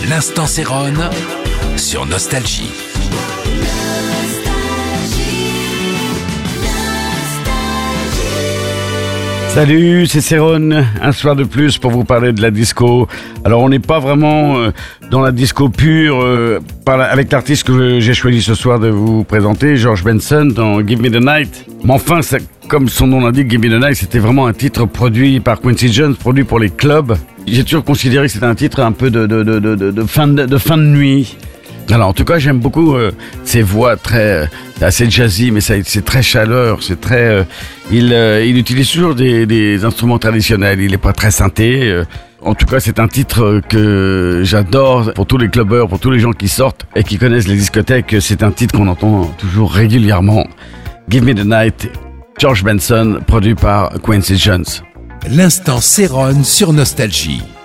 L'instant Céron sur Nostalgie. Salut, c'est Céron, un soir de plus pour vous parler de la disco. Alors on n'est pas vraiment dans la disco pure avec l'artiste que j'ai choisi ce soir de vous présenter, George Benson dans Give Me The Night. Mais enfin, comme son nom l'indique, Give Me The Night, c'était vraiment un titre produit par Quincy Jones, produit pour les clubs. J'ai toujours considéré que c'était un titre un peu de fin de nuit. Alors en tout cas j'aime beaucoup ses voix assez jazzy, mais c'est très chaleur, c'est très il utilise toujours des instruments traditionnels, il est pas très synthé. En tout cas c'est un titre que j'adore pour tous les clubbers, pour tous les gens qui sortent et qui connaissent les discothèques. C'est un titre qu'on entend toujours régulièrement. Give Me The Night, George Benson, produit par Quincy Jones. L'instant Céron sur Nostalgie.